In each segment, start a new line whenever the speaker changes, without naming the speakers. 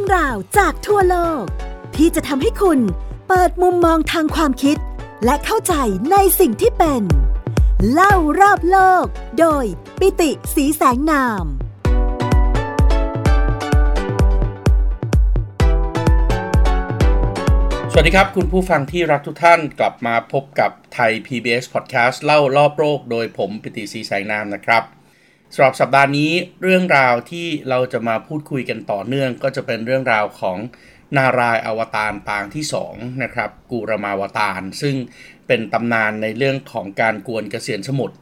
ราวจากทั่วโลกที่จะทำให้คุณเปิดมุมมองทางความคิดและเข้าใจในสิ่งที่เป็นเล่ารอบโลกโดยปิติศรีแสงนาม
สวัสดีครับคุณผู้ฟังที่รักทุกท่านกลับมาพบกับไทย PBS Podcast เล่ารอบโลกโดยผมปิติศรีแสงนามนะครับสำหรับสัปดาห์นี้เรื่องราวที่เราจะมาพูดคุยกันต่อเนื่องก็จะเป็นเรื่องราวของนารายณ์อวตารปางที่2นะครับกูรมาวตารซึ่งเป็นตำนานในเรื่องของการกวนเกษียณสมุทร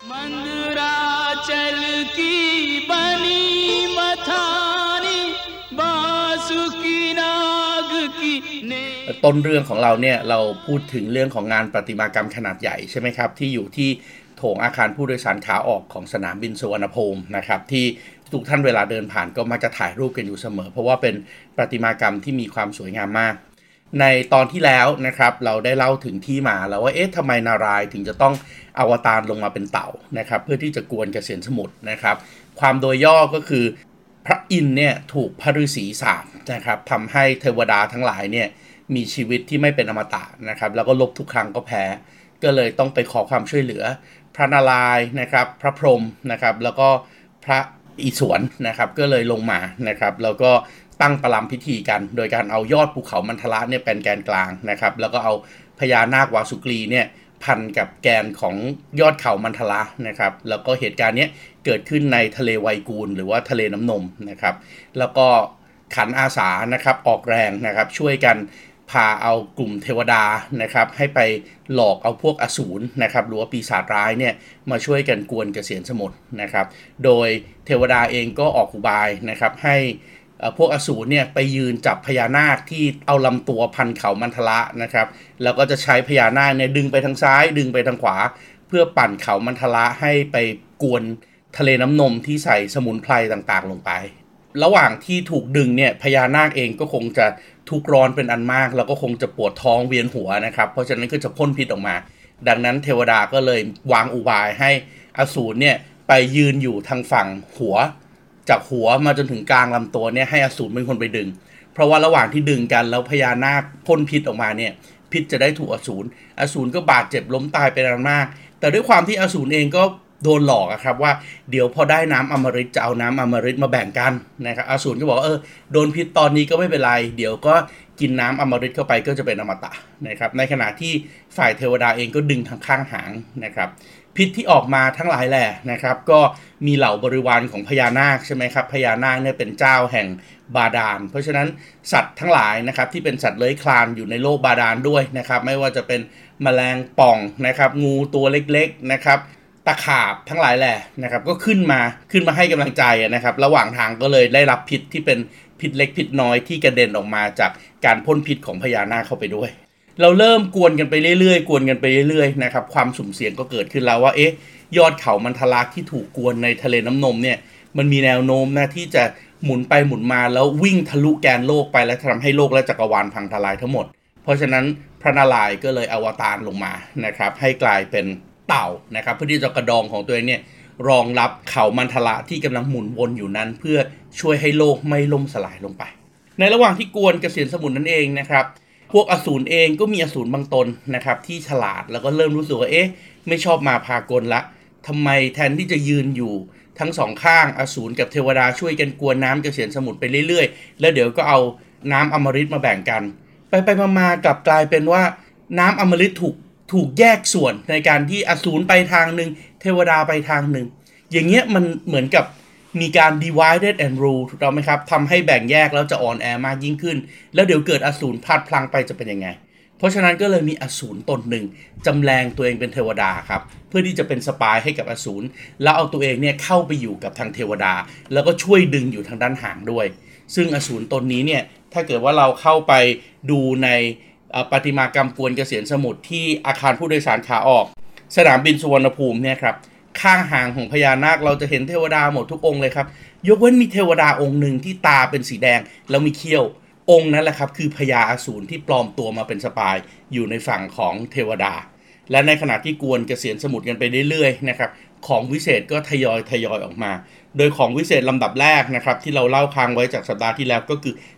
ต้นเรื่องของเราเนี่ยเราพูดถึงเรื่องของงานประติมากรรมขนาดใหญ่ใช่ไหมครับที่อยู่ที่โถงอาคารผู้โดยสารขาออกของสนามบินสุวรรณภูมินะครับที่ทุกท่านเวลาเดินผ่านก็มักจะถ่ายรูปกันอยู่เสมอเพราะว่าเป็นประติมากรรมที่มีความสวยงามมากในตอนที่แล้วนะครับเราได้เล่าถึงที่มาแล้วว่าทำไมนารายณ์ถึงจะต้องอวตารลงมาเป็นเต่านะครับเพื่อที่จะกวนเกษียณสมุทรนะครับความโดยย่อก็คือพระอินทร์เนี่ยถูกพระฤาษีสาปนะครับทำให้เทวดาทั้งหลายเนี่ยมีชีวิตที่ไม่เป็นอมตะนะครับแล้วก็ลบทุกครั้งก็แพ้ก็เลยต้องไปขอความช่วยเหลือพระนารายณ์นะครับพระพรหมนะครับแล้วก็พระอิศวรนะครับก็เลยลงมานะครับแล้วก็ตั้งประลัมพิธีกันโดยการเอายอดภูเขามันทละเนี่ยเป็นแกนกลางนะครับแล้วก็เอาพญานาควาสุกรีเนี่ยพันกับแกนของยอดเขามันทละนะครับแล้วก็เหตุการณ์นี้เกิดขึ้นในทะเลไวกูลหรือว่าทะเลน้ำนมนะครับแล้วก็ขันอาสานะครับออกแรงนะครับช่วยกันพาเอากลุ่มเทวดานะครับให้ไปหลอกเอาพวกอสูรนะครับหรือว่าปีศาจร้ายเนี่ยมาช่วยกันกวนเกษียณสมุทรนะครับโดยเทวดาเองก็ออกอุบายนะครับให้พวกอสูรเนี่ยไปยืนจับพญานาคที่เอาลำตัวพันเขามันทละนะครับแล้วก็จะใช้พญานาคเนี่ยดึงไปทางซ้ายดึงไปทางขวาเพื่อปั่นเขามันทละให้ไปกวนทะเลน้ำนมที่ใส่สมุนไพรต่างๆลงไประหว่างที่ถูกดึงเนี่ยพญานาคเองก็คงจะทุกข์ร้อนเป็นอันมากแล้วก็คงจะปวดท้องเวียนหัวนะครับเพราะฉะนั้นก็จะพ่นพิษออกมาดังนั้นเทวดาก็เลยวางอุบายให้อสูรเนี่ยไปยืนอยู่ทางฝั่งหัวจากหัวมาจนถึงกลางลำตัวเนี่ยให้อสูรเป็นคนไปดึงเพราะว่าระหว่างที่ดึงกันแล้วพญานาคพ่นพิษออกมาเนี่ยพิษจะได้ถูกอสูรก็บาดเจ็บล้มตายเป็นอันมากแต่ด้วยความที่อสูรเองก็โดนหลอกครับว่าเดี๋ยวพอได้น้ำอมฤตจะเอาน้ำอมฤตมาแบ่งกันนะครับอสูรก็บอกโดนพิษตอนนี้ก็ไม่เป็นไรเดี๋ยวก็กินน้ำอมฤตเข้าไปก็จะเป็นอมตะนะครับในขณะที่ฝ่ายเทวดาเองก็ดึงทางข้างหางนะครับพิษที่ออกมาทั้งหลายแหละนะครับก็มีเหล่าบริวารของพญานาคใช่ไหมครับพญานาคเนี่ยเป็นเจ้าแห่งบาดาลเพราะฉะนั้นสัตว์ทั้งหลายนะครับที่เป็นสัตว์เลื้อยคลานอยู่ในโลกบาดาลด้วยนะครับไม่ว่าจะเป็นแมลงป่องนะครับงูตัวเล็กๆนะครับตะขาบทั้งหลายแหละนะครับก็ขึ้นมาให้กำลังใจนะครับระหว่างทางก็เลยได้รับพิษที่เป็นพิษเล็กพิษน้อยที่กระเด็นออกมาจากการพ่นพิษของพญานาคเข้าไปด้วยเราเริ่มกวนกันไปเรื่อยๆนะครับความสุ่มเสี่ยงก็เกิดขึ้นแล้วว่ายอดเขามันทละที่ถูกกวนในทะเลน้ำนมเนี่ยมันมีแนวโน้มนะที่จะหมุนไปหมุนมาแล้ววิ่งทะลุแกนโลกไปและทำให้โลกและจักรวาลพังทลายทั้งหมดเพราะฉะนั้นพระนารายณ์ก็เลยอวตารลงมานะครับให้กลายเป็นเต่านะครับเพื่อที่จะกระดองของตัวเองเนี่ยรองรับเขามันทละที่กำลังหมุนวนอยู่นั้นเพื่อช่วยให้โลกไม่ล่มสลายลงไปในระหว่างที่กวนเกษียณสมุทรนั่นเองนะครับพวกอสูรเองก็มีอสูรบางตนนะครับที่ฉลาดแล้วก็เริ่มรู้สึกว่าไม่ชอบมาพากลละทำไมแทนที่จะยืนอยู่ทั้งสองข้างอสูรกับเทวดาช่วยกันกวนน้ำเกษียณสมุทรไปเรื่อยๆแล้วเดี๋ยวก็เอาน้ำอมฤตมาแบ่งกันไปมากลับกลายเป็นว่าน้ำอมฤตถูกแยกส่วนในการที่อสูรไปทางนึงเทวดาไปทางนึงอย่างเงี้ยมันเหมือนกับมีการ divided and rule ถูกต้องไหมครับทำให้แบ่งแยกแล้วจะอ่อนแอมากยิ่งขึ้นแล้วเดี๋ยวเกิดอสูรพลาดพลั้งไปจะเป็นยังไงเพราะฉะนั้นก็เลยมีอสูรตนหนึ่งจำแรงตัวเองเป็นเทวดาครับเพื่อที่จะเป็นสปายให้กับอสูรแล้วเอาตัวเองเนี่ยเข้าไปอยู่กับทางเทวดาแล้วก็ช่วยดึงอยู่ทางด้านหางด้วยซึ่งอสูรตนนี้เนี่ยถ้าเกิดว่าเราเข้าไปดูในประติมากรรมกวนเกษียณสมุทรที่อาคารผู้โดยสารขาออกสนามบินสุวรรณภูมิเนี่ยครับข้างหางของพญานาคเราจะเห็นเทวดาหมดทุกองค์เลยครับยกเว้นมีเทวดาองค์หนึ่งที่ตาเป็นสีแดงแล้วมีเขี้ยวองค์นั้นแหละครับคือพญาอสูรที่ปลอมตัวมาเป็นสปายอยู่ในฝั่งของเทวดาและในขณะที่กวนเกษียณสมุทรกันไปเรื่อยๆนะครับของวิเศษก็ทยอยออกมาโดยของวิเศษลำดับแรกนะครับที่เราเล่าค้างไว้จากสัปดาห์ที่แล้วก็คือ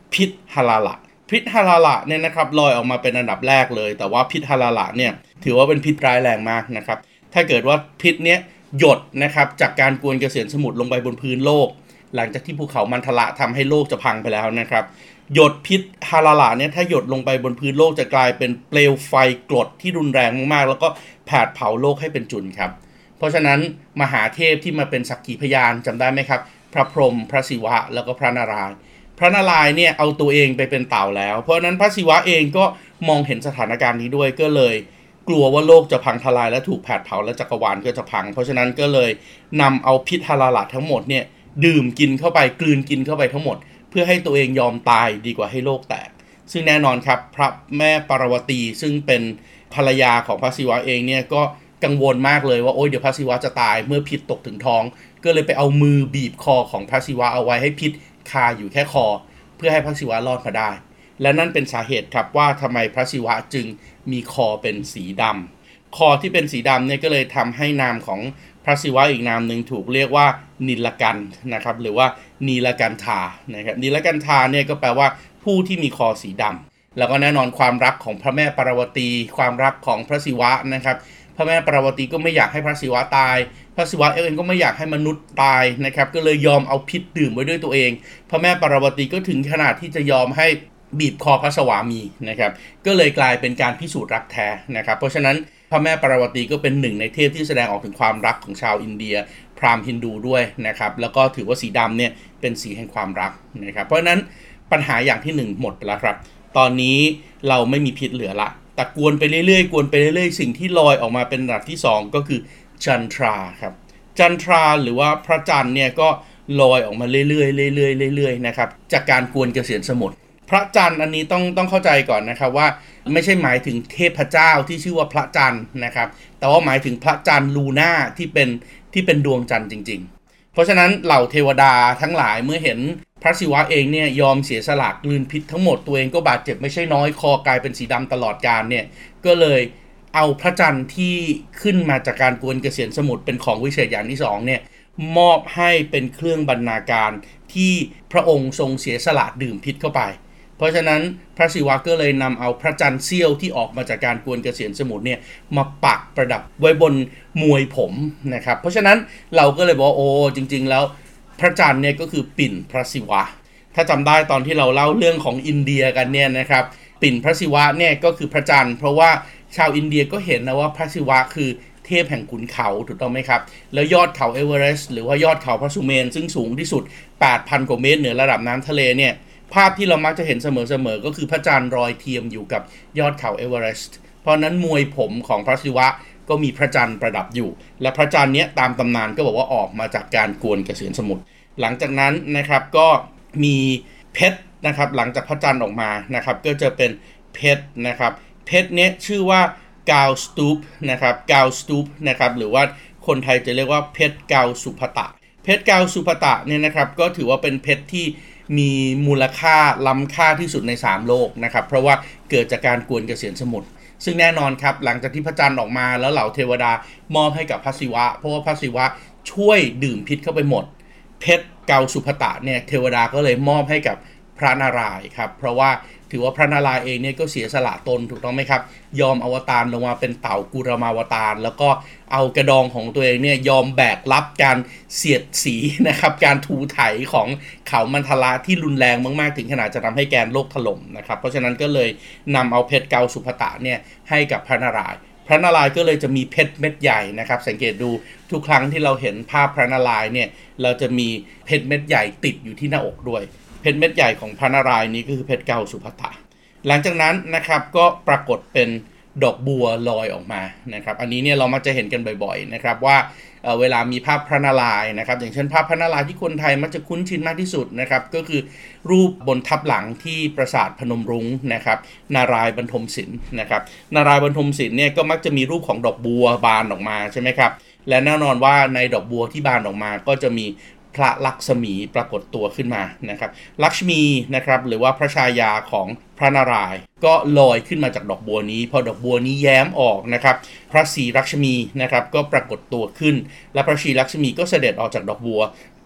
พิษฮาราละพิษฮาราละเนี่ยนะครับลอยออกมาเป็นอันดับแรกเลยแต่ว่าพิษฮาราละเนี่ยถือว่าเป็นพิษร้ายแรงมากนะครับถ้าเกิดว่าพิษเนี้ยหยดนะครับจากการกวนเกษียณสมุทรลงไปบนพื้นโลกหลังจากที่ภูเขามันทละทำให้โลกจะพังไปแล้วนะครับหยดพิษฮาราละเนี่ยถ้าหยดลงไปบนพื้นโลกจะกลายเป็นเปลวไฟกรดที่รุนแรงมากๆแล้วก็แผดเผาโลกให้เป็นจุลครับเพราะฉะนั้นมหาเทพที่มาเป็นสักขีพยานจำได้ไหมครับพระพรหมพระศิวะแล้วก็พระนารายณ์พระนารายณ์เนี่ยเอาตัวเองไปเป็นเต่าแล้วเพราะฉะนั้นพระศิวะเองก็มองเห็นสถานการณ์นี้ด้วยก็เลยกลัวว่าโลกจะพังทลายและถูกแผดเผาและจักรวาลก็จะพังเพราะฉะนั้นก็เลยนำเอาพิษฮาราละทั้งหมดเนี่ยดื่มกินเข้าไปกลืนกินเข้าไปทั้งหมดเพื่อให้ตัวเองยอมตายดีกว่าให้โลกแตกซึ่งแน่นอนครับพระแม่ปารวตีซึ่งเป็นภรรยาของพระศิวะเองเนี่ยก็กังวลมากเลยว่าโอ๊ยเดี๋ยวพระศิวะจะตายเมื่อพิษตกถึงท้องก็เลยไปเอามือบีบคอของพระศิวะเอาไว้ให้พิษคาอยู่แค่คอเพื่อให้พระศิวะรอดมาได้และนั่นเป็นสาเหตุครับว่าทำไมพระศิวะจึงมีคอเป็นสีดำคอที่เป็นสีดำเนี่ยก็เลยทำให้นามของพระศิวะอีกนามหนึ่งถูกเรียกว่านิลกันนะครับหรือว่านีลกันธานะครับนีลกันธาเนี่ยก็แปลว่าผู้ที่มีคอสีดำแล้วก็แน่นอนความรักของพระแม่ปารวตีความรักของพระศิวะนะครับพระแม่ปารวตีก็ไม่อยากให้พระศิวะตายพระศิวะเองก็ไม่อยากให้มนุษย์ตายนะครับก็เลยยอมเอาพิษดื่มไว้ด้วยตัวเองพระแม่ปารวตีก็ถึงขนาดที่จะยอมให้บีบคอพระสวามีนะครับก็เลยกลายเป็นการพิสูจน์รักแท้นะครับเพราะฉะนั้นพระแม่ปารวตีก็เป็นหนึ่งในเทพที่แสดงออกถึงความรักของชาวอินเดียพราหมณ์ฮินดูด้วยนะครับแล้วก็ถือว่าสีดำเนี่ยเป็นสีแห่งความรักนะครับเพราะฉะนั้นปัญหาอย่างที่1หมดไปแล้วครับตอนนี้เราไม่มีพิษเหลือละแต่กวนไปเรื่อยๆกวนไปเรื่อยๆสิ่งที่ลอยออกมาเป็นระดับที่2ก็คือจันทราครับจันทราหรือว่าพระจันทร์เนี่ยก็ลอยออกมาเรื่อยๆเรื่อยๆเรื่อยๆนะครับจากการกวนเกษียณสมุทรพระจันทร์อันนี้ต้องเข้าใจก่อนนะครับว่าไม่ใช่หมายถึงเทพเจ้าที่ชื่อว่าพระจันทร์นะครับแต่ว่าหมายถึงพระจันทร์ลูน่าที่เป็นดวงจันทร์จริงๆเพราะฉะนั้นเหล่าเทวดาทั้งหลายเมื่อเห็นพระศิวะเองเนี่ยยอมเสียสละกลืนพิษทั้งหมดตัวเองก็บาดเจ็บไม่ใช่น้อยคอกลายเป็นสีดำตลอดกาลเนี่ยก็เลยเอาพระจันทร์ที่ขึ้นมาจากการกวนเกษียณสมุทรเป็นของวิเศษอย่างที่2เนี่ยมอบให้เป็นเครื่องบรรณาการที่พระองค์ทรงเสียสละดื่มพิษเข้าไปเพราะฉะนั้นพระศิวะก็เลยนำเอาพระจันทร์เสี้ยวที่ออกมาจากการกวนเกษียณสมุทรเนี่ยมาปักประดับไว้บนมวยผมนะครับเพราะฉะนั้นเราก็เลยบอกโอ้จริงๆแล้วพระจันทร์เนี่ยก็คือปิ่นพระศิวะถ้าจำได้ตอนที่เราเล่าเรื่องของอินเดียกันเนี่ยนะครับปิ่นพระศิวะเนี่ยก็คือพระจันทร์เพราะว่าชาวอินเดียก็เห็นนะว่าพระศิวะคือเทพแห่งขุนเขาถูกต้องไหมครับแล้วยอดเขาเอเวอเรสต์หรือว่ายอดเขาพระสุเมนซึ่งสูงที่สุด 8,000 กว่าเมตรเหนือระดับน้ำทะเลเนี่ยภาพที่เรามักจะเห็นเสมอๆก็คือพระจันทร์ลอยเทียมอยู่กับยอดเขาเอเวอเรสต์เพราะนั้นมวยผมของพระศิวะก็มีพระจันทร์ประดับอยู่และพระจันทร์เนี้ยตามตำนานก็บอกว่าออกมาจากการกวนเกษียณสมุทรหลังจากนั้นนะครับก็มีเพชรนะครับหลังจากพระจันทร์ออกมานะครับก็จะเป็นเพชรนะครับเพชรเนี้ยชื่อว่ากาวสตูปนะครับกาวสตูปนะครับหรือว่าคนไทยจะเรียกว่าเพชรกาวสุภตะเพชรกาวสุภตะเนี่ยนะครับก็ถือว่าเป็นเพชรที่มีมูลค่าล้ำค่าที่สุดใน3โลกนะครับเพราะว่าเกิดจากการกวนเกษียณสมุทรซึ่งแน่นอนครับหลังจากที่พระจันทร์ออกมาแล้วเหล่าเทวดามอบให้กับพระศิวะเพราะว่าพระศิวะช่วยดื่มพิษเข้าไปหมดเพชรกาวสุภตะเนี่ยเทวดาก็เลยมอบให้กับพระนารายณ์ครับเพราะว่าถือว่าพระนารายณ์เองเนี่ยก็เสียสละตนถูกต้องไหมครับยอมอวตารลงมาเป็นเต่ากุรมาวตารแล้วก็เอากระดองของตัวเองเนี่ยยอมแบกรับการเสียดสีนะครับการถูไถของเขามันทละที่รุนแรงมากๆถึงขนาดจะทำให้แกนโลกถล่มนะครับเพราะฉะนั้นก็เลยนำเอาเพชรกาวสุภตะเนี่ยให้กับพระนารายณ์พระนารายณ์ก็เลยจะมีเพชรเม็ดใหญ่นะครับสังเกตดูทุกครั้งที่เราเห็นภาพพระนารายณ์เนี่ยเราจะมีเพชรเม็ดใหญ่ติดอยู่ที่หน้าอกด้วยเพชรเม็ดใหญ่ของพระนารายณ์นี้ก็คือเพชรกาวสุภตะหลังจากนั้นนะครับก็ปรากฏเป็นดอกบัวลอยออกมานะครับอันนี้เนี่ยเรามักจะเห็นกันบ่อยๆนะครับว่าเวลามีภาพพระนารายณ์นะครับอย่างเช่นภาพพระนารายณ์ที่คนไทยมักจะคุ้นชินมากที่สุดนะครับก็คือรูปบนทับหลังที่ปราสาทพนมรุ้งนะครับนารายณ์บรรทมศิลป์นะครับนารายณ์บรรทมศิลป์เนี่ยก็มักจะมีรูปของดอกบัวบานออกมาใช่ไหมครับและแน่นอนว่าในดอกบัวที่บานออกมาก็จะมีพระลักษมีปรากฏตัวขึ้นมานะครับลักษมีนะครับหรือว่าพระชายาของพระนารายณ์ก็ลอยขึ้นมาจากดอกบัวนี้พอดอกบัวนี้แย้มออกนะครับพระศรีลักษมีนะครับก็ปรากฏตัวขึ้นและพระศรีลักษมีก็เสด็จออกจากดอกบัว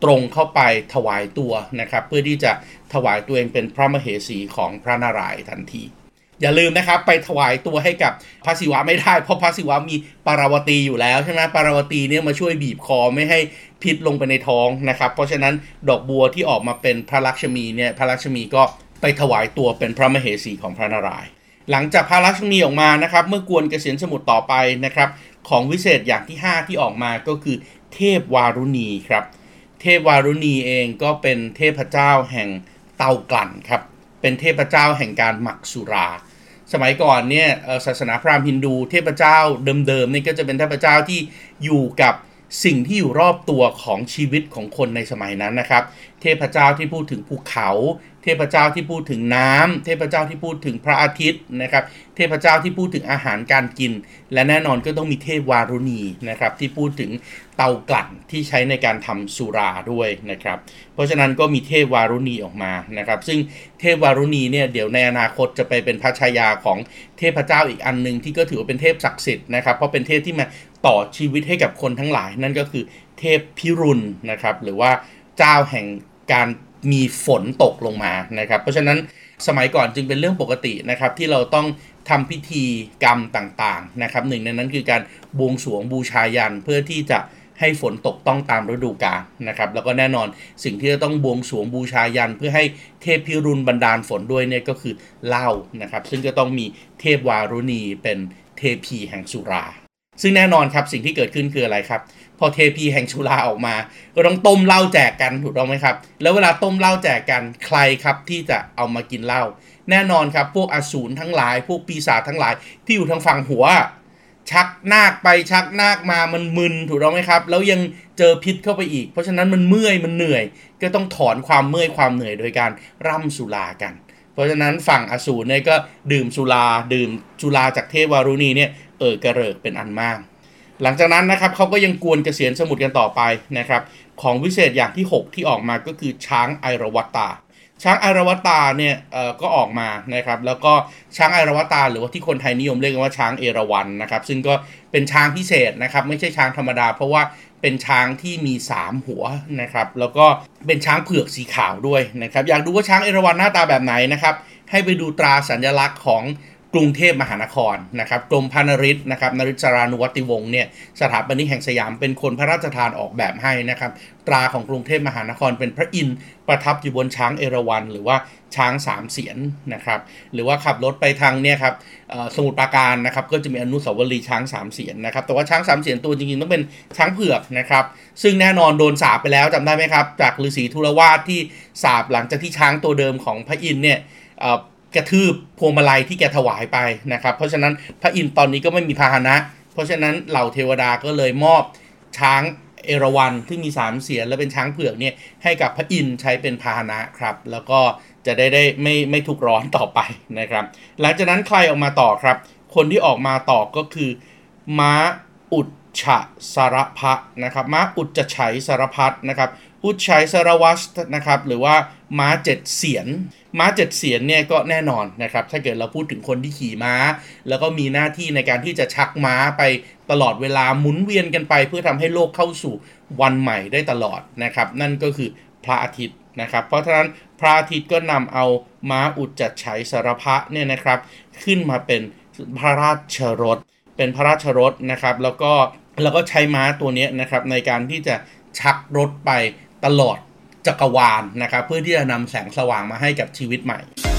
ตรงเข้าไปถวายตัวนะครับเพื่อที่จะถวายตัวเองเป็นพระมเหสีของพระนารายณ์ทันทีอย่าลืมนะครับไปถวายตัวให้กับพระศิวะไม่ได้เพราะพระศิวะมีปาราวตีอยู่แล้วใช่ไหมปาราวตีเนี่ยมาช่วยบีบคอไม่ให้พิษลงไปในท้องนะครับเพราะฉะนั้นดอกบัวที่ออกมาเป็นพระลักษมีเนี่ยพระลักษมีก็ไปถวายตัวเป็นพระมเหสีของพระนารายณ์หลังจากพระลักษมีออกมานะครับเมื่อกวนเกษียณสมุทรต่อไปนะครับของวิเศษอย่างที่5ที่ออกมาก็คือเทพวารุณีครับเทพวารุณีเองก็เป็นเทพเจ้าแห่งเตากลั่นครับเป็นเทพเจ้าแห่งการหมักสุราสมัยก่อนเนี่ยศาสนาพราหมณ์ฮินดูเทพเจ้าเดิมๆนี่ก็จะเป็นเทพเจ้าที่อยู่กับสิ่งที่อยู่รอบตัวของชีวิตของคนในสมัยนั้นนะครับเทพเจ้าที่พูดถึงภูเขาเทพเจ้าที่พูดถึงน้ำเทพเจ้าที่พูดถึงพระอาทิตย์นะครับเทพเจ้าที่พูดถึงอาหารการกินและแน่นอนก็ต้องมีเทพวารุณีนะครับที่พูดถึงเตากลั่นที่ใช้ในการทำสุราด้วยนะครับเพราะฉะนั้นก็มีเทพวารุณีออกมานะครับซึ่งเทพวารุณีเนี่ยเดี๋ยวในอนาคตจะไปเป็นพระชายาของเทพเจ้าอีกอันนึงที่ก็ถือว่าเป็นเทพศักดิ์สิทธิ์นะครับเพราะเป็นเทพที่มาต่อชีวิตให้กับคนทั้งหลายนั่นก็คือเทพพิรุณนะครับหรือว่าเจ้าแห่งการมีฝนตกลงมานะครับเพราะฉะนั้นสมัยก่อนจึงเป็นเรื่องปกตินะครับที่เราต้องทำพิธีกรรมต่างๆนะครับหนึ่งในนั้นคือการบวงสรวงบูชายันเพื่อที่จะให้ฝนตกต้องตามฤดูกาลนะครับแล้วก็แน่นอนสิ่งที่จะต้องบวงสรวงบูชายันเพื่อให้เทพพิรุณบันดาลฝนด้วยเนี่ยก็คือเหล้านะครับซึ่งก็ต้องมีเทพวารุณีเป็นเทพีแห่งสุราซึ่งแน่นอนครับสิ่งที่เกิดขึ้นคืออะไรครับพอเทพีแห่งสุราออกมาก็ต้องต้มเหล้าแจกกันถูกต้องไหมครับแล้วเวลาต้มเหล้าแจกกันใครครับที่จะเอามากินเหล้าแน่นอนครับพวกอสูรทั้งหลายพวกปีศาจทั้งหลายที่อยู่ทางฝั่งหัวชักนาคไปชักนาคมามันมึนถูกต้องไหมครับแล้วยังเจอพิษเข้าไปอีกเพราะฉะนั้นมันเมื่อยมันเหนื่อยก็ต้องถอนความเมื่อยความเหนื่อยโดยการร่ำสุรากันเพราะฉะนั้นฝั่งอสูรเนี่ยก็ดื่มสุราจากเทพวารุณีเนี่ยกระเริกเป็นอันมากหลังจากนั้นนะครับเขาก็ยังกวนเกษียณสมุทรกันต่อไปนะครับของวิเศษอย่างที่6ที่ออกมาก็คือช้างไอราวัตตาช้างไอราวัตตาเนี่ยก็ออกมานะครับแล้วก็ช้างไอราวัตตาหรือว่าที่คนไทยนิยมเรียกกันว่าช้างเอราวัณนะครับซึ่งก็เป็นช้างพิเศษนะครับไม่ใช่ช้างธรรมดาเพราะว่าเป็นช้างที่มี3หัวนะครับแล้วก็เป็นช้างเผือกสีขาวด้วยนะครับอยากดูว่าช้างเอราวัณหน้าตาแบบไหนนะครับให้ไปดูตราสัญลักษณ์ของกรุงเทพมหานครนะครับกรมพระนริศนะครับนริศรานุวัติวงศ์เนี่ยสถาปนิกแห่งสยามเป็นคนพระราชทานออกแบบให้นะครับตราของกรุงเทพมหานครเป็นพระอินทร์ประทับอยู่บนช้างเอราวัณหรือว่าช้าง3เสียนนะครับหรือว่าขับรถไปทางเนี่ยครับสมุทรปราการนะครับก็จะมีอนุสาวรีย์ช้าง3เสียนนะครับแต่ว่าช้าง3เสียนตัวจริงๆต้องเป็นช้างเผือกนะครับซึ่งแน่นอนโดนสาปไปแล้วจำได้ไหมครับจากฤาษีธุรวาสที่สาปหลังจากที่ช้างตัวเดิมของพระอินทร์เนี่ยกระทืบพวงมาลัยที่แกถวายไปนะครับเพราะฉะนั้นพระอินทร์ตอนนี้ก็ไม่มีพาหนะเพราะฉะนั้นเหล่าเทวดาก็เลยมอบช้างเอราวัณที่มี3เสียนและเป็นช้างเผือกเนี่ยให้กับพระอินทร์ใช้เป็นพาหนะครับแล้วก็จะได้ไม่ทุกข์ร้อนต่อไปนะครับหลังจากนั้นใครออกมาต่อครับคนที่ออกมาต่อก็คือม้าอุจฉสารพะนะครับม้าอุจจไฉสารพัดนะครับอุจไฉสารวัสนะครับหรือว่าม้า7เสียนม้า7เสียนเนี่ยก็แน่นอนนะครับถ้าเกิดเราพูดถึงคนที่ขี่ม้าแล้วก็มีหน้าที่ในการที่จะชักม้าไปตลอดเวลาหมุนเวียนกันไปเพื่อทำให้โลกเข้าสู่วันใหม่ได้ตลอดนะครับนั่นก็คือพระอาทิตย์นะครับเพราะฉะนั้นพระอาทิตย์ก็นำเอาม้าอุจจไฉสารพะเนี่ยนะครับขึ้นมาเป็นพระราชรถนะครับแล้วก็ใช้ม้าตัวนี้นะครับในการที่จะชักรถไปตลอดจักรวาลนะครับเพื่อที่จะนำแสงสว่างมาให้กับชีวิตใหม่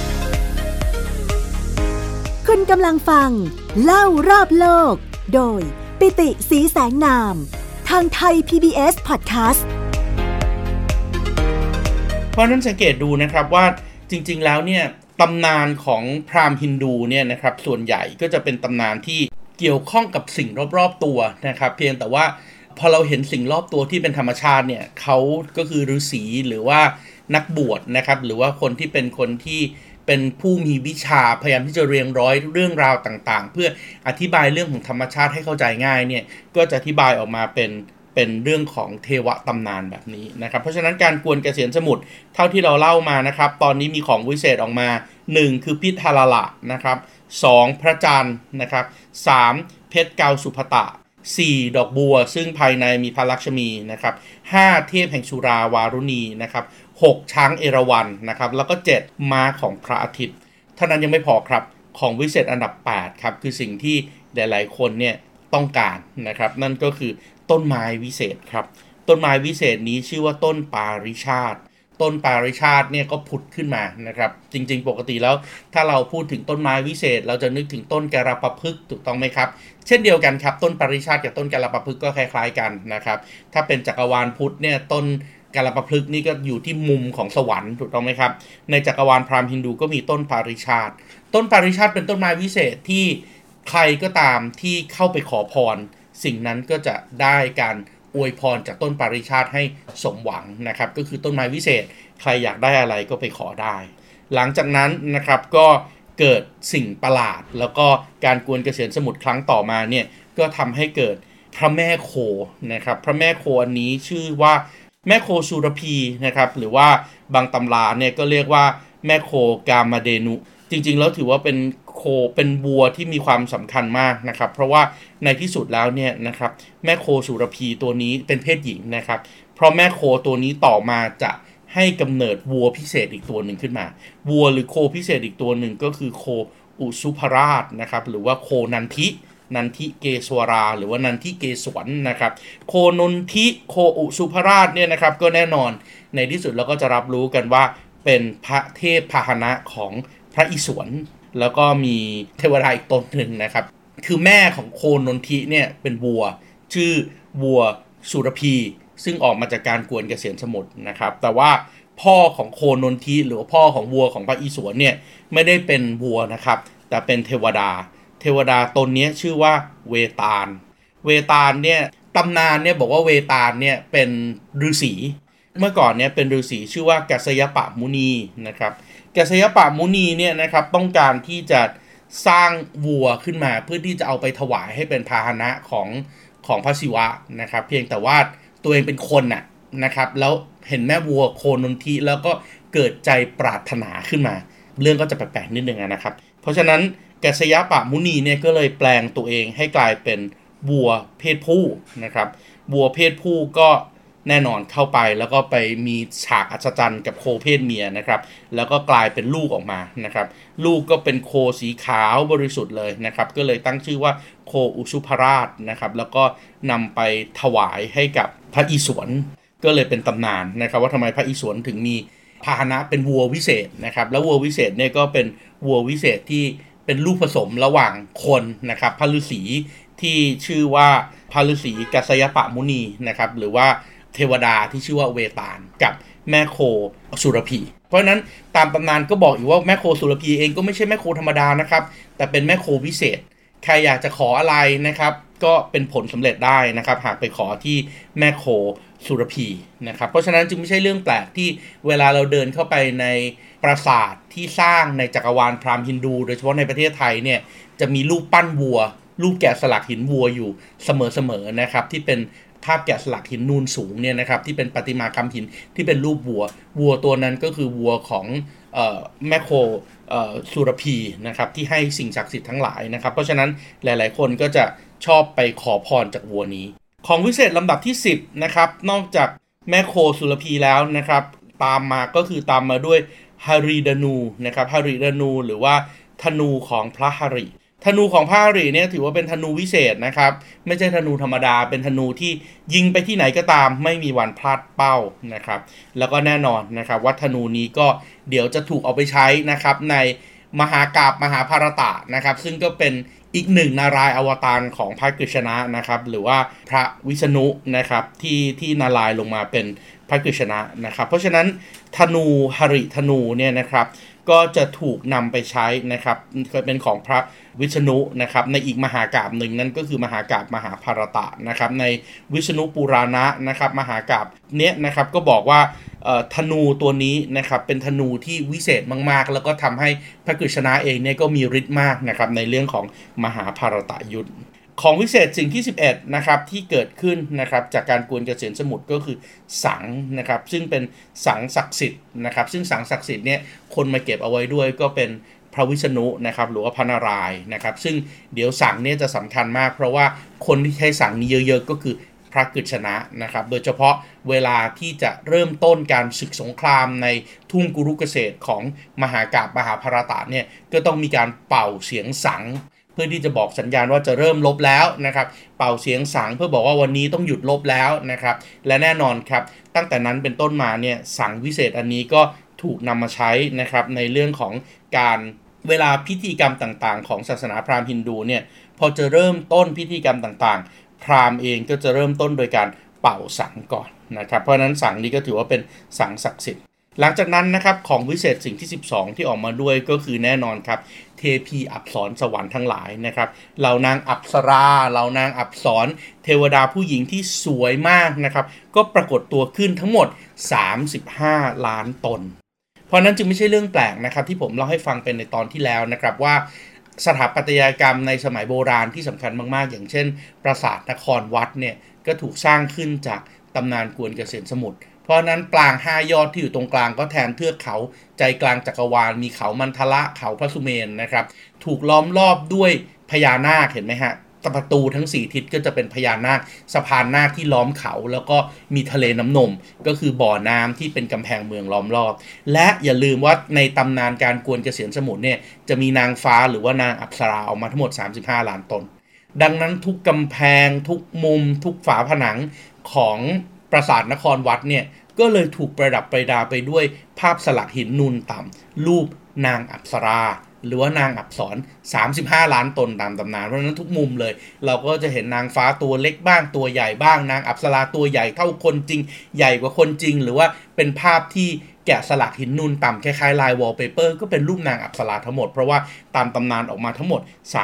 คุณกำลังฟังเล่ารอบโลกโดยปิติศรีแสงนามทางไทย PBS Podcast
เพราะนั้นสังเกตดูนะครับว่าจริงๆแล้วเนี่ยตำนานของพราหมณ์ฮินดูเนี่ยนะครับส่วนใหญ่ก็จะเป็นตำนานที่เกี่ยวข้องกับสิ่งรอบๆตัวนะครับเพียงแต่ว่าพอเราเห็นสิ่งรอบตัวที่เป็นธรรมชาติเนี่ยเขาก็คือฤาษีหรือว่านักบวชนะครับหรือว่าคนที่เป็นผู้มีวิชาพยายามที่จะเรียงร้อยเรื่องราวต่างๆเพื่ออธิบายเรื่องของธรรมชาติให้เข้าใจง่ายเนี่ยก็จะอธิบายออกมาเป็นเรื่องของเทวตำนานแบบนี้นะครับเพราะฉะนั้นการกวนเกษียณสมุทรเท่าที่เราเล่ามานะครับตอนนี้มีของวิเศษออกมา1คือพิทาราละนะครับ2พระจันทร์นะครับ3เพชรเกาสุภตะ 4ดอกบัวซึ่งภายในมีพระลักษมีนะครับ5เทพแห่งสุราวารุณีนะครับ6ช้างเอราวัณนะครับแล้วก็7ม้าของพระอาทิตย์เท่านั้นยังไม่พอครับของวิเศษอันดับ8ครับคือสิ่งที่หลายๆคนเนี่ยต้องการนะครับนั่นก็คือต้นไม้วิเศษครับต้นไม้วิเศษนี้ชื่อว่าต้นปาริชาติต้นปาริชาติเนี่ยก็ผุดขึ้นมานะครับจริงๆปกติแล้วถ้าเราพูดถึงต้นไม้วิเศษเราจะนึกถึงต้นกาลปะพฤกษ์ถูกต้องไหมครับเช่นเดียวกันครับต้นปาริชาติกับต้นกาลปะพฤกษ์ก็คล้ายๆกันนะครับถ้าเป็นจักรวาลพุทธเนี่ยต้นกาลปะพฤกษ์นี่ก็อยู่ที่มุมของสวรรค์ถูกต้องไหมครับในจักรวาลพราหมณ์ฮินดูก็มีต้นปาริชาติต้นปาริชาติเป็นต้นไม้วิเศษที่ใครก็ตามที่เข้าไปขอพรสิ่งนั้นก็จะได้การอวยพรจากต้นปาริชาติให้สมหวังนะครับก็คือต้นไม้วิเศษใครอยากได้อะไรก็ไปขอได้หลังจากนั้นนะครับก็เกิดสิ่งประหลาดแล้วก็การกวนเกษียณสมุทรครั้งต่อมาเนี่ยก็ทำให้เกิดพระแม่โคนะครับพระแม่โคอันนี้ชื่อว่าแม่โคสุรพีนะครับหรือว่าบางตำราเนี่ยก็เรียกว่าแม่โคกามาเดนุจริงๆแล้วถือว่าเป็นโคเป็นวัวที่มีความสำคัญมากนะครับเพราะว่าในที่สุดแล้วเนี่ยนะครับแม่โคสุรพีตัวนี้เป็นเพศหญิงนะครับเพราะแม่โคตัวนี้ต่อมาจะให้กำเนิดวัวพิเศษอีกตัวหนึ่งขึ้นมาวัวหรือโคพิเศษอีกตัวหนึ่งก็คือโคอุสุภราชนะครับหรือว่าโคนันทิเกศวราหรือว่านันทิเกศวรนะครับโคนนทิโคอุสุภราชเนี่ยนะครับก็แน่นอนในที่สุดเราก็จะรับรู้กันว่าเป็นพระเทพพาหนะของพระอิศวรแล้วก็มีเทวดาอีกตนหนึ่งนะครับคือแม่ของโคนนทิเนี่ยเป็นวัวชื่อวัวสุรพีซึ่งออกมาจากการกวนเกษียณสมุทรนะครับแต่ว่าพ่อของโคนนทิหรือพ่อของวัวของพระอิศวรเนี่ยไม่ได้เป็นวัวนะครับแต่เป็นเทวดาตนนี้ชื่อว่าเวตาลเนี่ยตำนานเนี่ยบอกว่าเวตาลเนี่ยเป็นฤาษีเมื่อก่อนเนี่ยเป็นฤาษีชื่อว่ากัสสยปะมุนีนะครับกัสสยปะมุนีเนี่ยนะครับต้องการที่จะสร้างวัวขึ้นมาเพื่อที่จะเอาไปถวายให้เป็นพาหนะของพระศิวะนะครับเพียงแต่ว่าตัวเองเป็นคนนะครับแล้วเห็นแม่วัวโคนนทิแล้วก็เกิดใจปรารถนาขึ้นมาเรื่องก็จะแปลกๆนิดนึงนะครับเพราะฉะนั้นกัสสยปะมุนีเนี่ยก็เลยแปลงตัวเองให้กลายเป็นวัวเพศผู้นะครับวัวเพศผู้ก็แน่นอนเข้าไปแล้วก็ไปมีฉากอัศจรรย์กับโคเพศเมียนะครับแล้วก็กลายเป็นลูกออกมานะครับลูกก็เป็นโคสีขาวบริสุทธิ์เลยนะครับก็เลยตั้งชื่อว่าโคอุสุภราชนะครับแล้วก็นำไปถวายให้กับพระอิศวรก็เลยเป็นตำนานนะครับว่าทำไมพระอิศวรถึงมีพาหนะเป็นวัววิเศษนะครับแล้ววัววิเศษเนี่ยก็เป็นวัววิเศษที่เป็นลูกผสมระหว่างคนนะครับพระฤาษีที่ชื่อว่าพระฤาษีกัสสยปะมุนีนะครับหรือว่าเทวดาที่ชื่อว่าเวตาลกับแม่โคสุรพีเพราะฉะนั้นตามตำนานก็บอกอยู่ว่าแม่โคสุรพีเองก็ไม่ใช่แม่โคธรรมดานะครับแต่เป็นแม่โควิเศษใครอยากจะขออะไรนะครับก็เป็นผลสำเร็จได้นะครับหากไปขอที่แม่โคสุรพีนะครับเพราะฉะนั้นจึงไม่ใช่เรื่องแปลกที่เวลาเราเดินเข้าไปในปราสาทที่สร้างในจักรวาลพราหมณ์ฮินดูโดยเฉพาะในประเทศไทยเนี่ยจะมีรูปปั้นวัวรูปแกะสลักหินวัวอยู่เสมอๆนะครับที่เป็นภาพแกะสลักหินนูนสูงเนี่ยนะครับที่เป็นประติมากรรมหินที่เป็นรูปวัวตัวนั้นก็คือวัวของแม่โคสุรพีนะครับที่ให้สิ่งศักดิ์สิทธิ์ทั้งหลายนะครับเพราะฉะนั้นหลายๆคนก็จะชอบไปขอพรจากวัวนี้ของวิเศษลำดับที่10นะครับนอกจากแม่โคสุรพีแล้วนะครับตามมาด้วยหริดานูนะครับหริดานูหรือว่าธนูของพระหริธนูของพระหริเนี่ยถือว่าเป็นธนูวิเศษนะครับไม่ใช่ธนูธรรมดาเป็นธนูที่ยิงไปที่ไหนก็ตามไม่มีวันพลาดเป้านะครับแล้วก็แน่นอนนะครับว่าธนูนี้ก็เดี๋ยวจะถูกเอาไปใช้นะครับในมหากาพย์มหาภารตะนะครับซึ่งก็เป็นอีกหนึ่งนารายณ์อวตารของพระกฤษณะนะครับหรือว่าพระวิษณุนะครับที่นารายณ์ลงมาเป็นพระกฤษณะนะครับเพราะฉะนั้นธนูหริธนูเนี่ยนะครับก็จะถูกนำไปใช้นะครับเป็นของพระวิษณุนะครับในอีกมหากาพย์หนึ่งนั่นก็คือมหากาพย์มหาภารตะนะครับในวิษณุปุราณะนะครับมหากาพย์เนี้ยนะครับก็บอกว่าธนูตัวนี้นะครับเป็นธนูที่วิเศษมากๆแล้วก็ทำให้พระกฤษณะเองเนี่ยก็มีฤทธิ์มากนะครับในเรื่องของมหาภารตะยุทธของวิเศษสิ่งที่11นะครับที่เกิดขึ้นนะครับจากการกวนเกษียณสมุทรก็คือสังนะครับซึ่งเป็นสังศักดิ์สิทธิ์นะครับซึ่งสังศักดิ์สิทธิ์เนี่ยคนมาเก็บเอาไว้ด้วยก็เป็นพระวิษณุนะครับหรือว่าพระนารายณ์นะครับซึ่งเดี๋ยวสังเนี่ยจะสำคัญมากเพราะว่าคนที่ใช้สังนี้เยอะๆก็คือพระกฤษณะนะครับโดยเฉพาะเวลาที่จะเริ่มต้นการศึกสงครามในทุ่งกุรุเกษตรของมหากาพย์มหาภารตะเนี่ยก็ต้องมีการเป่าเสียงสังเพื่อที่จะบอกสัญญาณว่าจะเริ่มรบแล้วนะครับเป่าเสียงสังเพื่อบอกว่าวันนี้ต้องหยุดรบแล้วนะครับและแน่นอนครับตั้งแต่นั้นเป็นต้นมาเนี่ยสังวิเศษอันนี้ก็ถูกนำมาใช้นะครับในเรื่องของการเวลาพิธีกรรมต่างๆของศาสนาพราหมณ์ฮินดูเนี่ยพอจะเริ่มต้นพิธีกรรมต่างๆพราหมณ์เองก็จะเริ่มต้นโดยการเป่าสังก่อนนะครับเพราะฉะนั้นสังนี้ก็ถือว่าเป็นสังศักดิ์สิทธิ์หลังจากนั้นนะครับของวิเศษสิ่งที่12ที่ออกมาด้วยก็คือแน่นอนครับเทพีอัปสรสวรรค์ทั้งหลายนะครับเหล่านางอัปสราเหล่านางอัปสรเทวดาผู้หญิงที่สวยมากนะครับก็ปรากฏตัวขึ้นทั้งหมด35ล้านตนเพราะนั้นจึงไม่ใช่เรื่องแปลกนะครับที่ผมเล่าให้ฟังเป็นในตอนที่แล้วนะครับว่าสถาปัตยกรรมในสมัยโบราณที่สำคัญมากๆอย่างเช่นปราสาทนครวัดเนี่ยก็ถูกสร้างขึ้นจากตำนานกวนเกษตรสมุทรเพราะนั้นปราง5ยอดที่อยู่ตรงกลางก็แทนเทือกเขาใจกลางจักรวาลมีเขามันทละเขาพระสุเมนนะครับถูกล้อมรอบด้วยพญานาคเห็นไหมฮะประตูทั้ง4ทิศก็จะเป็นพญานาคสะพานนาคที่ล้อมเขาแล้วก็มีทะเลน้ำนมก็คือบ่อน้ำที่เป็นกำแพงเมืองล้อมรอบและอย่าลืมว่าในตำนานการกวนเกษียณสมุทรเนี่ยจะมีนางฟ้าหรือว่านางอัปสราออกมาทั้งหมด35ล้านตนดังนั้นทุกกำแพงทุกมุมทุกฝาผนังของปราสาทนครวัดเนี่ยก็เลยถูกประดับประดาไปด้วยภาพสลักหินนูนต่ำรูปนางอัปสราหรือว่านางอัปสร35ล้านตนตามตำนานเพราะฉะนั้นทุกมุมเลยเราก็จะเห็นนางฟ้าตัวเล็กบ้างตัวใหญ่บ้างนางอัปสราตัวใหญ่เท่าคนจริงใหญ่กว่าคนจริงหรือว่าเป็นภาพที่แกะสลักหินนูนต่ำคล้ายๆลายวอลเปเปอร์ก็เป็นรูปนางอัปสราทั้งหมดเพราะว่าตามตำนานออกมาทั้งหมด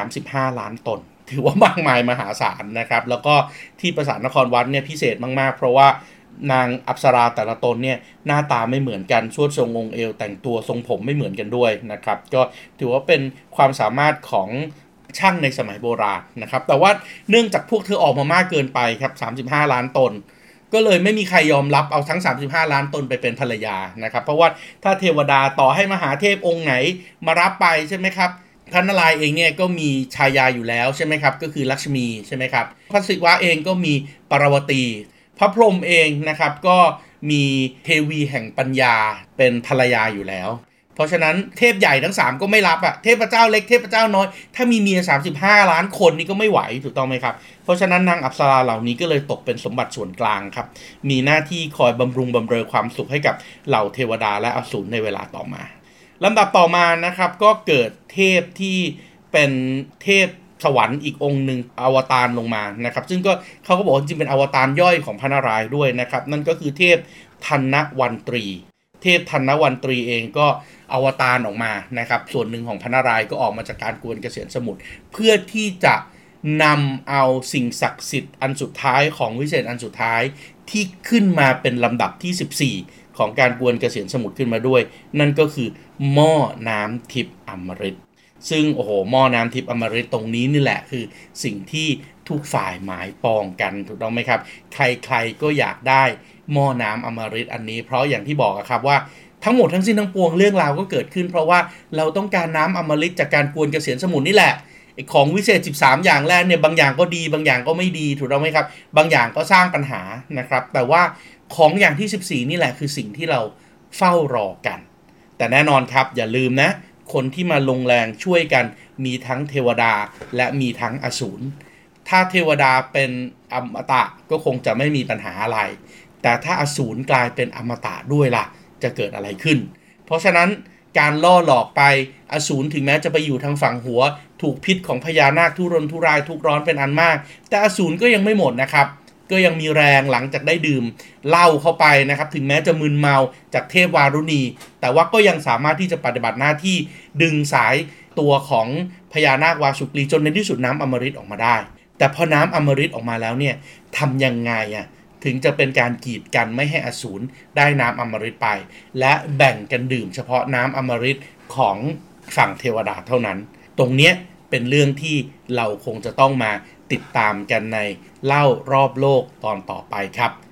35ล้านตนถือว่ามากมายมหาศาลนะครับแล้วก็ที่ปราสาทนครวัดเนี่ยพิเศษมากๆเพราะว่านางอัปสราแต่ละตนเนี่ยหน้าตาไม่เหมือนกันสวดทรงองค์เอวแต่งตัวทรงผมไม่เหมือนกันด้วยนะครับก็ถือว่าเป็นความสามารถของช่างในสมัยโบราณนะครับแต่ว่าเนื่องจากพวกเธอออกมามากเกินไปครับ35ล้านตนก็เลยไม่มีใครยอมรับเอาทั้ง35ล้านตนไปเป็นภรรยานะครับเพราะว่าถ้าเทวดาต่อให้มหาเทพองค์ไหนมารับไปใช่ไหมครับพระนารายณ์เองเนี่ยก็มีชายาอยู่แล้วใช่ไหมครับก็คือลักษมีใช่ไหมครับพระศิวะเองก็มีปารวตีพระพรหมเองนะครับก็มีเทวีแห่งปัญญาเป็นภรรยาอยู่แล้วเพราะฉะนั้นเทพใหญ่ทั้ง3ก็ไม่รับเทพเจ้าเล็กเทพเจ้าน้อยถ้ามีเมีย35ล้านคนนี่ก็ไม่ไหวถูกต้องไหมครับเพราะฉะนั้นนางอัปสราเหล่านี้ก็เลยตกเป็นสมบัติส่วนกลางครับมีหน้าที่คอยบำรุงบำเรอความสุขให้กับเหล่าเทวดาและอสูรในเวลาต่อมาลำดับต่อมานะครับก็เกิดเทพที่เป็นเทพสวรรค์อีกองค์หนึ่งอวตารลงมานะครับซึ่งก็เขาก็บอกจริงเป็นอวตารย่อยของพระนารายณ์ด้วยนะครับนั่นก็คือเทพธันวันตรีเทพธันวันตรีเองก็อวตารออกมานะครับส่วนหนึ่งของพระนารายณ์ก็ออกมาจากการกวนเกษียณสมุทรเพื่อที่จะนำเอาสิ่งศักดิ์สิทธิ์อันสุดท้ายของวิเศษอันสุดท้ายที่ขึ้นมาเป็นลำดับที่14ของการกวนเกษียณสมุทรขึ้นมาด้วยนั่นก็คือหม้อน้ำทิพย์อมฤตซึ่งโอ้โหหม้อน้ำทิพย์อมฤตตรงนี้นี่แหละคือสิ่งที่ทุกฝ่ายหมายปองกันถูกต้องไหมครับใครๆก็อยากได้หม้อน้ำอมฤตอันนี้เพราะอย่างที่บอกครับว่าทั้งหมดทั้งสิ้นทั้งปวงเรื่องราวก็เกิดขึ้นเพราะว่าเราต้องการน้ำอมฤตจากการกวนเกษียณสมุทรนี่แหละของวิเศษ13อย่างแรกเนี่ยบางอย่างก็ดีบางอย่างก็ไม่ดีถูกต้องไหมครับบางอย่างก็สร้างปัญหานะครับแต่ว่าของอย่างที่14นี่แหละคือสิ่งที่เราเฝ้ารอกันแต่แน่นอนครับอย่าลืมนะคนที่มาลงแรงช่วยกันมีทั้งเทวดาและมีทั้งอสูรถ้าเทวดาเป็นอมตะก็คงจะไม่มีปัญหาอะไรแต่ถ้าอสูรกลายเป็นอมตะด้วยล่ะจะเกิดอะไรขึ้นเพราะฉะนั้นการล่อหลอกไปอสูรถึงแม้จะไปอยู่ทางฝั่งหัวถูกพิษของพญานาคทุรนทุรายทุกร้อนเป็นอันมากแต่อสูรก็ยังไม่หมดนะครับก็ยังมีแรงหลังจากได้ดื่มเหล้าเข้าไปนะครับถึงแม้จะมึนเมาจากเทพวารุณีแต่ว่าก็ยังสามารถที่จะปฏิบัติหน้าที่ดึงสายตัวของพญานาควาสุกรีจนในที่สุดน้ำอมฤตออกมาได้แต่พอน้ำอมฤตออกมาแล้วเนี่ยทำยังไงถึงจะเป็นการกีดกันไม่ให้อสูรได้น้ำอมฤตไปและแบ่งกันดื่มเฉพาะน้ำอมฤตของฝั่งเทวดาเท่านั้นตรงเนี้ยเป็นเรื่องที่เราคงจะต้องมาติดตามกันในเล่ารอบโลกตอนต่อไปครับ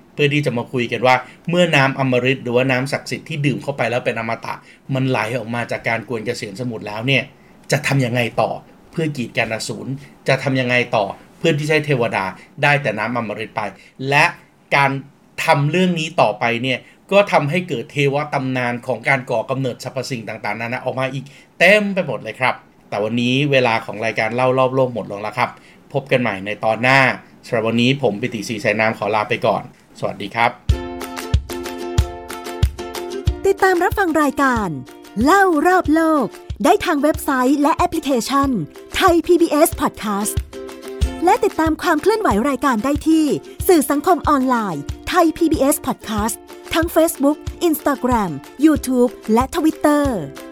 เพื่อที่จะมาคุยกันว่าเมื่อน้ำอมฤตหรือว่าน้ำศักดิ์สิทธิ์ที่ดื่มเข้าไปแล้วเป็นอมตะมันไหลออกมาจากการกวนเกษียณสมุทรแล้วเนี่ยจะทำยังไงต่อเพื่อกีดกันอสูรจะทำยังไงต่อเพื่อที่จะให้เทวดาได้แต่น้ำอมฤตไปและการทำเรื่องนี้ต่อไปเนี่ยก็ทำให้เกิดเทวตำนานของการก่อกำเนิดสรรพสิ่งต่างๆนั้นออกมาอีกเต็มไปหมดเลยครับแต่วันนี้เวลาของรายการเล่ารอบโลกหมดลงแล้วครับพบกันใหม่ในตอนหน้าสำหรับวันนี้ผมปิติ ศรีสายน้ำขอลาไปก่อนสวัสดีครับ
ติดตามรับฟังรายการเล่ารอบโลกได้ทางเว็บไซต์และแอปพลิเคชัน Thai PBS Podcast และติดตามความเคลื่อนไหวรายการได้ที่สื่อสังคมออนไลน์ Thai PBS Podcast ทั้ง Facebook, Instagram, YouTube และ Twitter